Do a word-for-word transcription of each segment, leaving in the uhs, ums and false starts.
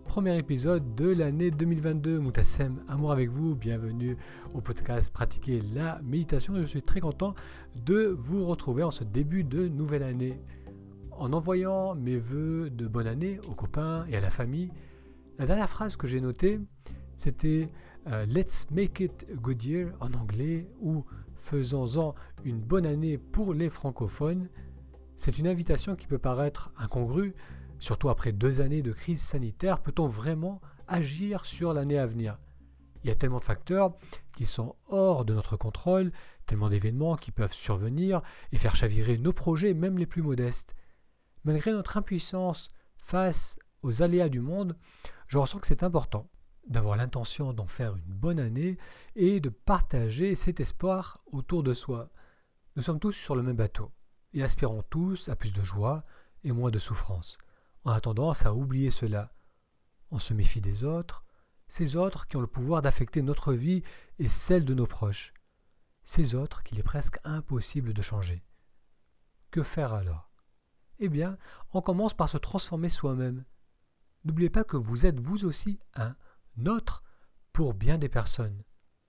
premier épisode de l'année deux mille vingt-deux. Moutassem, amour avec vous, bienvenue au podcast Pratiquer la méditation. Je suis très content de vous retrouver en ce début de nouvelle année. En envoyant mes vœux de bonne année aux copains et à la famille, la dernière phrase que j'ai notée, c'était euh, « Let's make it a good year » en anglais, ou « Faisons-en une bonne année pour les francophones ». C'est une invitation qui peut paraître incongrue, surtout après deux années de crise sanitaire. Peut-on vraiment agir sur l'année à venir ? Il y a tellement de facteurs qui sont hors de notre contrôle, tellement d'événements qui peuvent survenir et faire chavirer nos projets, même les plus modestes. Malgré notre impuissance face aux aléas du monde, je ressens que c'est important d'avoir l'intention d'en faire une bonne année et de partager cet espoir autour de soi. Nous sommes tous sur le même bateau et aspirons tous à plus de joie et moins de souffrance. On a tendance à oublier cela. On se méfie des autres, ces autres qui ont le pouvoir d'affecter notre vie et celle de nos proches. Ces autres qu'il est presque impossible de changer. Que faire alors ? Eh bien, on commence par se transformer soi-même. N'oubliez pas que vous êtes vous aussi un autre pour bien des personnes.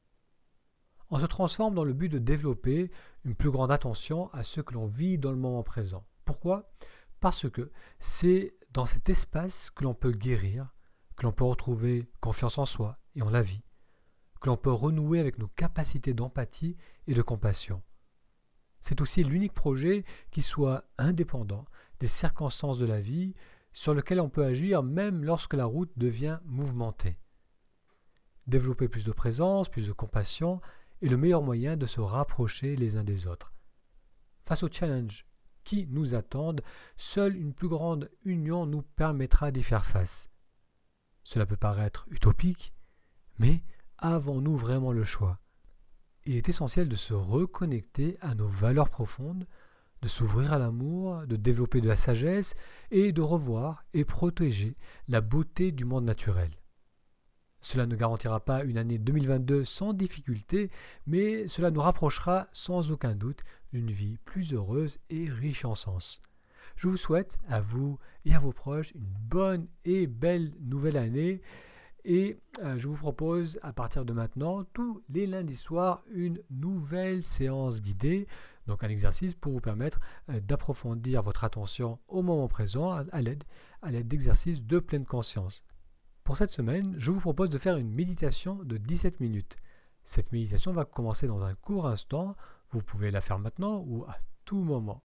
On se transforme dans le but de développer une plus grande attention à ce que l'on vit dans le moment présent. Pourquoi ? Parce que c'est dans cet espace que l'on peut guérir, que l'on peut retrouver confiance en soi et en la vie, que l'on peut renouer avec nos capacités d'empathie et de compassion. C'est aussi l'unique projet qui soit indépendant des circonstances de la vie, sur lequel on peut agir même lorsque la route devient mouvementée. Développer plus de présence, plus de compassion est le meilleur moyen de se rapprocher les uns des autres. Face aux challenges qui nous attendent, seule une plus grande union nous permettra d'y faire face. Cela peut paraître utopique, mais avons-nous vraiment le choix ? Il est essentiel de se reconnecter à nos valeurs profondes, de s'ouvrir à l'amour, de développer de la sagesse et de revoir et protéger la beauté du monde naturel. Cela ne garantira pas une année deux mille vingt-deux sans difficulté, mais cela nous rapprochera sans aucun doute d'une vie plus heureuse et riche en sens. Je vous souhaite à vous et à vos proches une bonne et belle nouvelle année et euh, je vous propose à partir de maintenant, tous les lundis soirs, une nouvelle séance guidée, donc un exercice pour vous permettre euh, d'approfondir votre attention au moment présent à, à l'aide, à l'aide d'exercices de pleine conscience. Pour cette semaine, je vous propose de faire une méditation de dix-sept minutes. Cette méditation va commencer dans un court instant. Vous pouvez la faire maintenant ou à tout moment.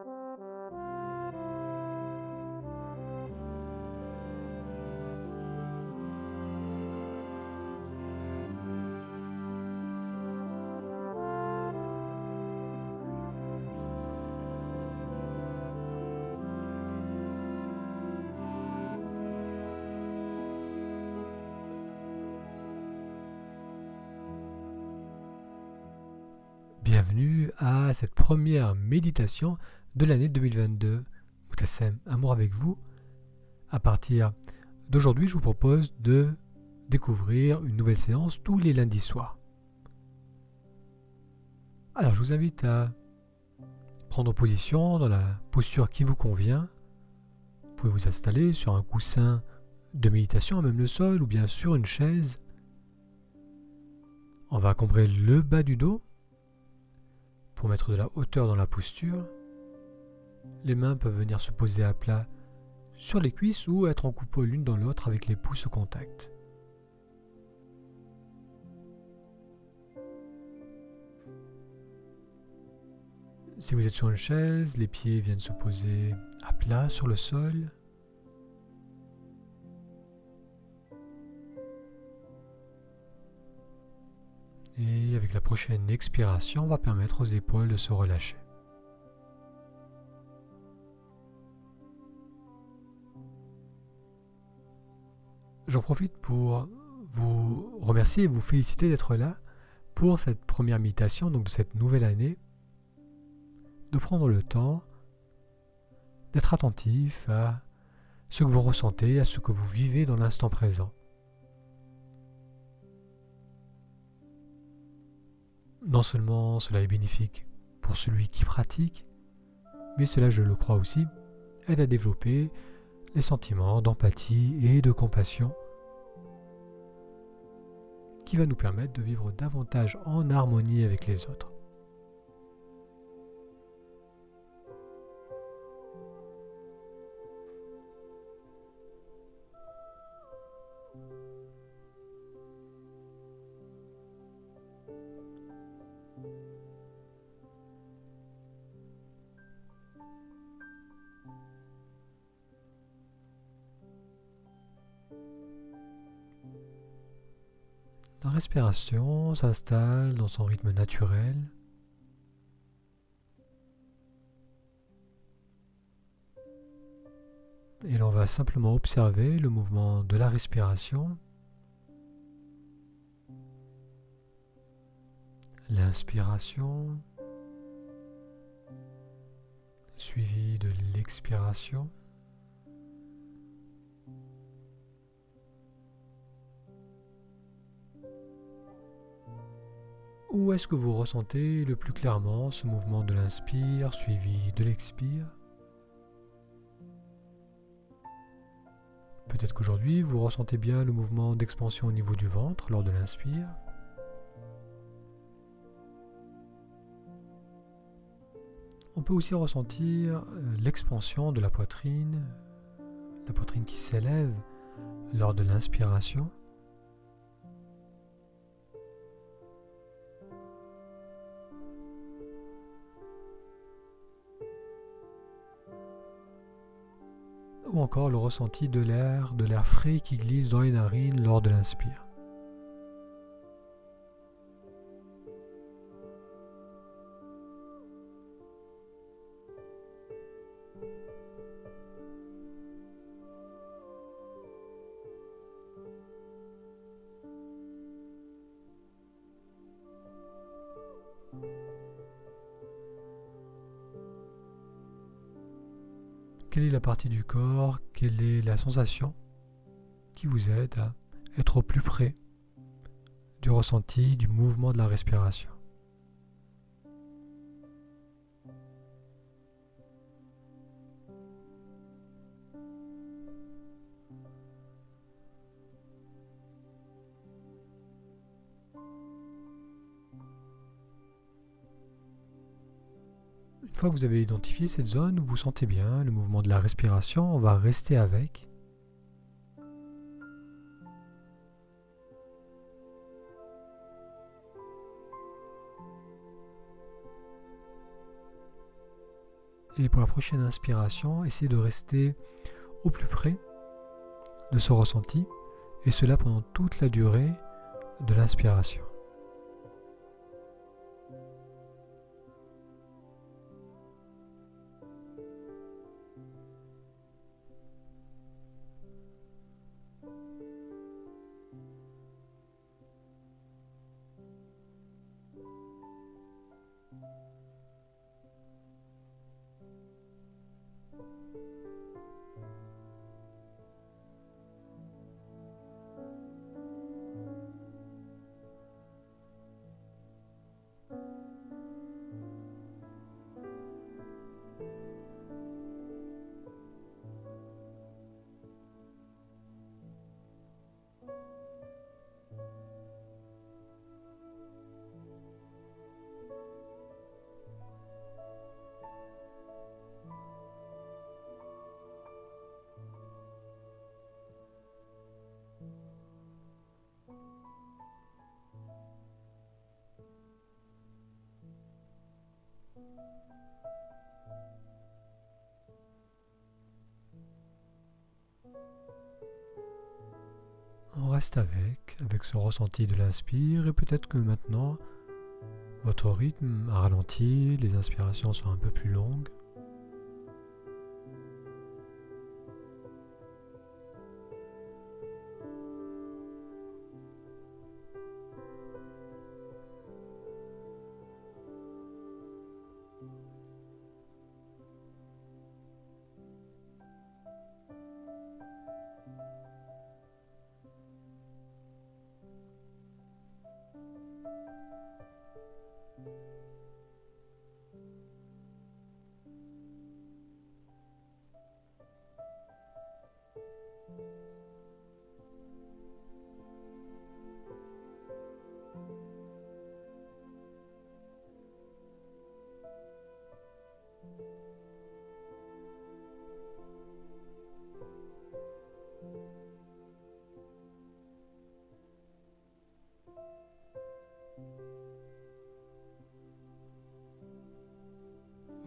Bienvenue à cette première méditation de l'année deux mille vingt-deux. Moutassem, amour avec vous. À partir d'aujourd'hui, je vous propose de découvrir une nouvelle séance tous les lundis soirs. Alors, je vous invite à prendre position dans la posture qui vous convient. Vous pouvez vous installer sur un coussin de méditation, même le sol, ou bien sur une chaise. On va combrer le bas du dos pour mettre de la hauteur dans la posture. Les mains peuvent venir se poser à plat sur les cuisses ou être en coupole l'une dans l'autre avec les pouces au contact. Si vous êtes sur une chaise, les pieds viennent se poser à plat sur le sol. Et avec la prochaine expiration, on va permettre aux épaules de se relâcher. J'en profite pour vous remercier et vous féliciter d'être là pour cette première méditation, donc de cette nouvelle année, de prendre le temps d'être attentif à ce que vous ressentez, à ce que vous vivez dans l'instant présent. Non seulement cela est bénéfique pour celui qui pratique, mais cela, je le crois aussi, aide à développer les sentiments d'empathie et de compassion qui va nous permettre de vivre davantage en harmonie avec les autres. La respiration s'installe dans son rythme naturel. Et l'on va simplement observer le mouvement de la respiration. L'inspiration, suivie de l'expiration. Où est-ce que vous ressentez le plus clairement ce mouvement de l'inspire suivi de l'expire? Peut-être qu'aujourd'hui vous ressentez bien le mouvement d'expansion au niveau du ventre lors de l'inspire. On peut aussi ressentir l'expansion de la poitrine, la poitrine qui s'élève lors de l'inspiration. Ou encore le ressenti de l'air, de l'air frais qui glisse dans les narines lors de l'inspire. Quelle est la partie du corps, quelle est la sensation qui vous aide à être au plus près du ressenti, du mouvement de la respiration? Une fois que vous avez identifié cette zone où vous sentez bien le mouvement de la respiration, on va rester avec. Et pour la prochaine inspiration, essayez de rester au plus près de ce ressenti, et cela pendant toute la durée de l'inspiration. On reste avec, avec ce ressenti de l'inspire, et peut-être que maintenant, votre rythme a ralenti, les inspirations sont un peu plus longues.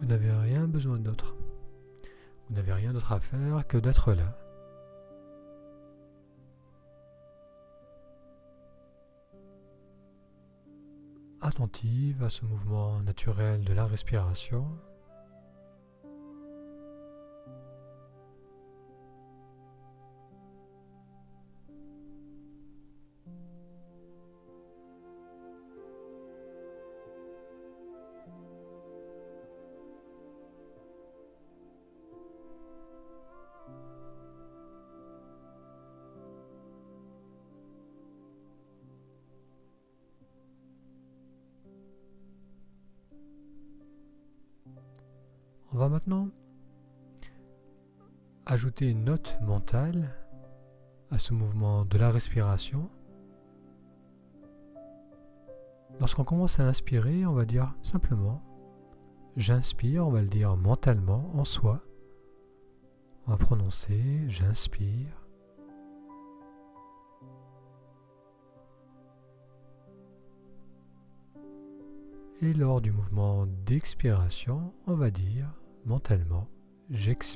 n'avez rien besoin d'autre. Vous n'avez rien d'autre à faire que d'être là. Attentive à ce mouvement naturel de la respiration. On va maintenant ajouter une note mentale à ce mouvement de la respiration. Lorsqu'on commence à inspirer, on va dire simplement « j'inspire », on va le dire mentalement, en soi. On va prononcer « j'inspire ». Et lors du mouvement d'expiration, on va dire mentalement « j'expire ».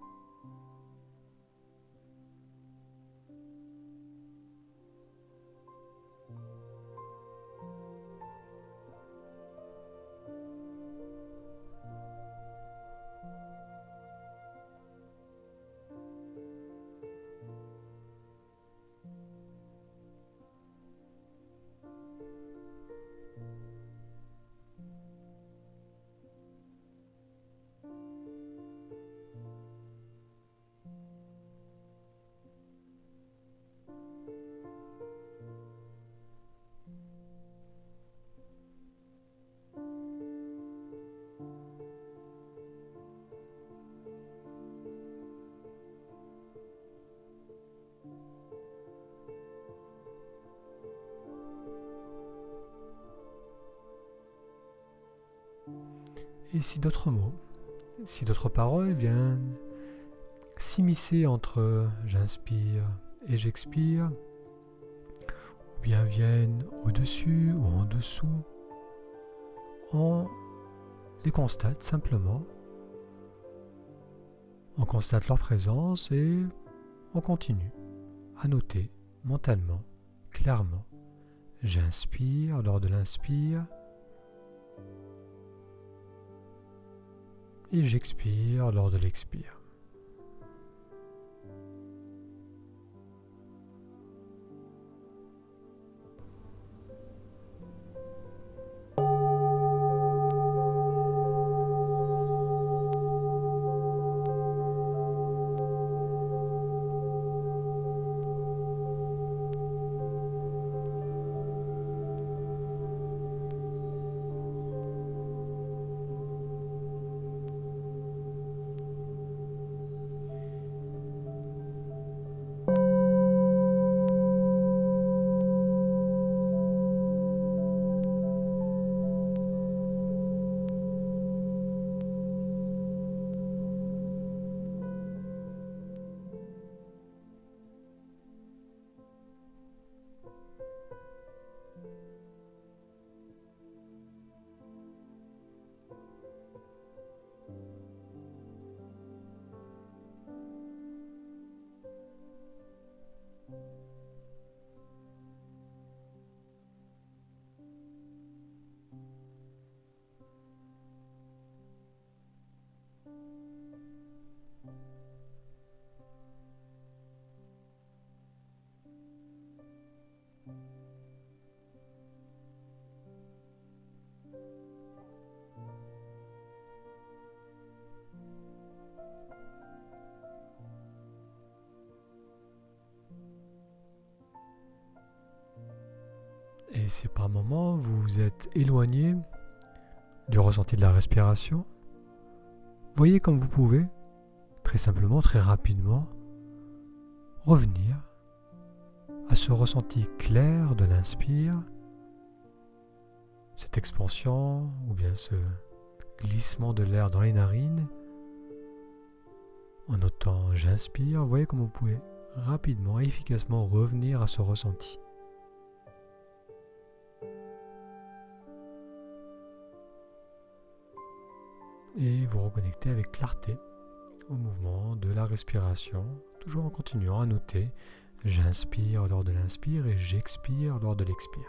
Et si d'autres mots, si d'autres paroles viennent s'immiscer entre j'inspire et j'expire, ou bien viennent au-dessus ou en dessous, on les constate simplement, on constate leur présence et on continue à noter mentalement, clairement, j'inspire lors de l'inspire, et j'expire lors de l'expire. Et si par moment vous vous êtes éloigné du ressenti de la respiration, voyez comme vous pouvez, très simplement, très rapidement, revenir à ce ressenti clair de l'inspire, cette expansion ou bien ce glissement de l'air dans les narines. En notant j'inspire, voyez comment vous pouvez rapidement et efficacement revenir à ce ressenti. et vous reconnecter avec clarté au mouvement de la respiration, toujours en continuant à noter. J'inspire lors de l'inspire et j'expire lors de l'expire.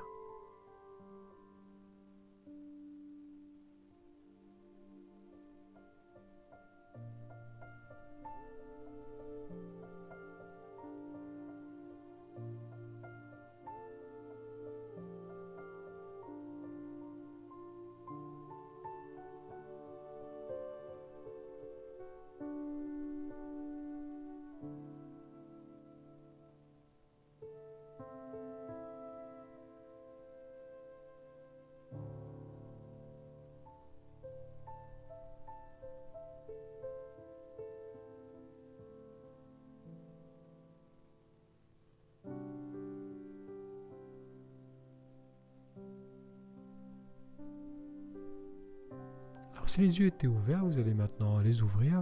Alors, si les yeux étaient ouverts, vous allez maintenant les ouvrir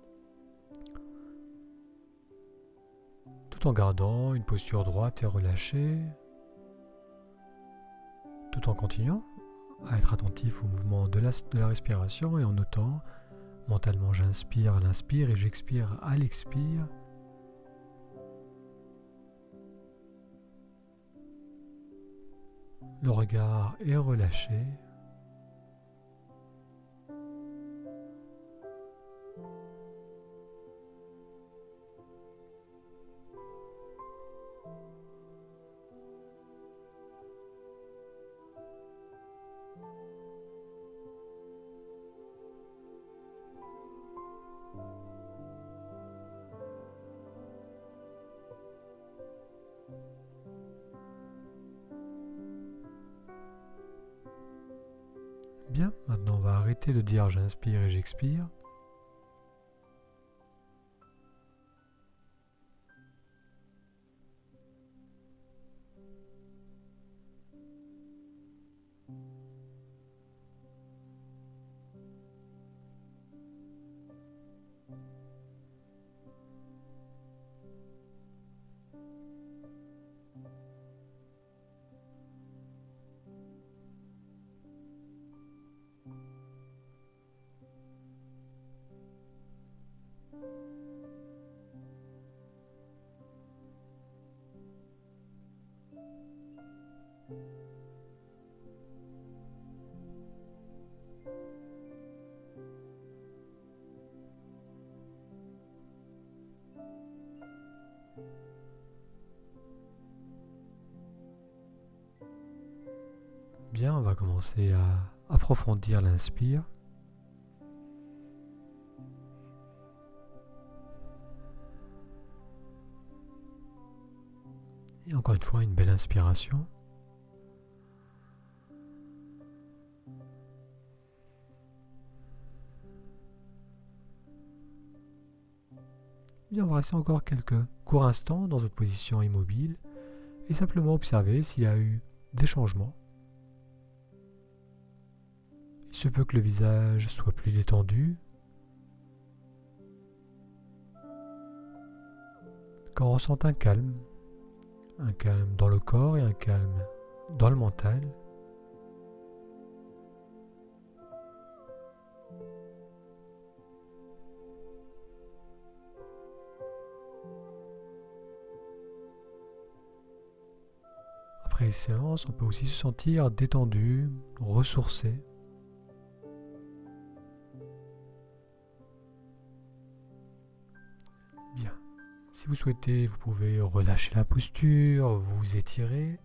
tout en gardant une posture droite et relâchée, tout en continuant à être attentif au mouvement de la, de la respiration et en notant mentalement j'inspire à l'inspire et j'expire à l'expire. Le regard est relâché. Bien, maintenant on va arrêter de dire j'inspire et j'expire. Bien, on va commencer à approfondir l'inspire. Et encore une fois, une belle inspiration. Bien, on va rester encore quelques courts instants dans cette position immobile et simplement observer s'il y a eu des changements. Il se peut que le visage soit plus détendu, quand on ressent un calme, un calme dans le corps et un calme dans le mental. Après les séances, on peut aussi se sentir détendu, ressourcé. Bien. Si vous souhaitez, vous pouvez relâcher la posture, vous étirer.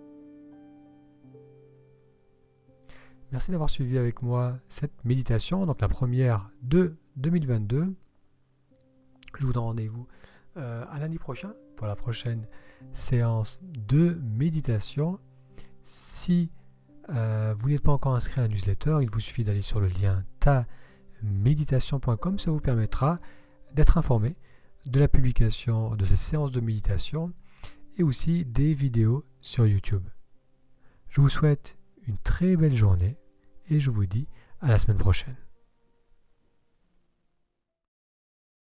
Merci d'avoir suivi avec moi cette méditation, donc la première de deux mille vingt-deux. Je vous donne rendez-vous euh, à lundi prochain pour la prochaine séance de méditation. Si euh, vous n'êtes pas encore inscrit à la newsletter, il vous suffit d'aller sur le lien ta méditation point com. Ça vous permettra d'être informé de la publication de ces séances de méditation et aussi des vidéos sur YouTube. Je vous souhaite une très belle journée et je vous dis à la semaine prochaine.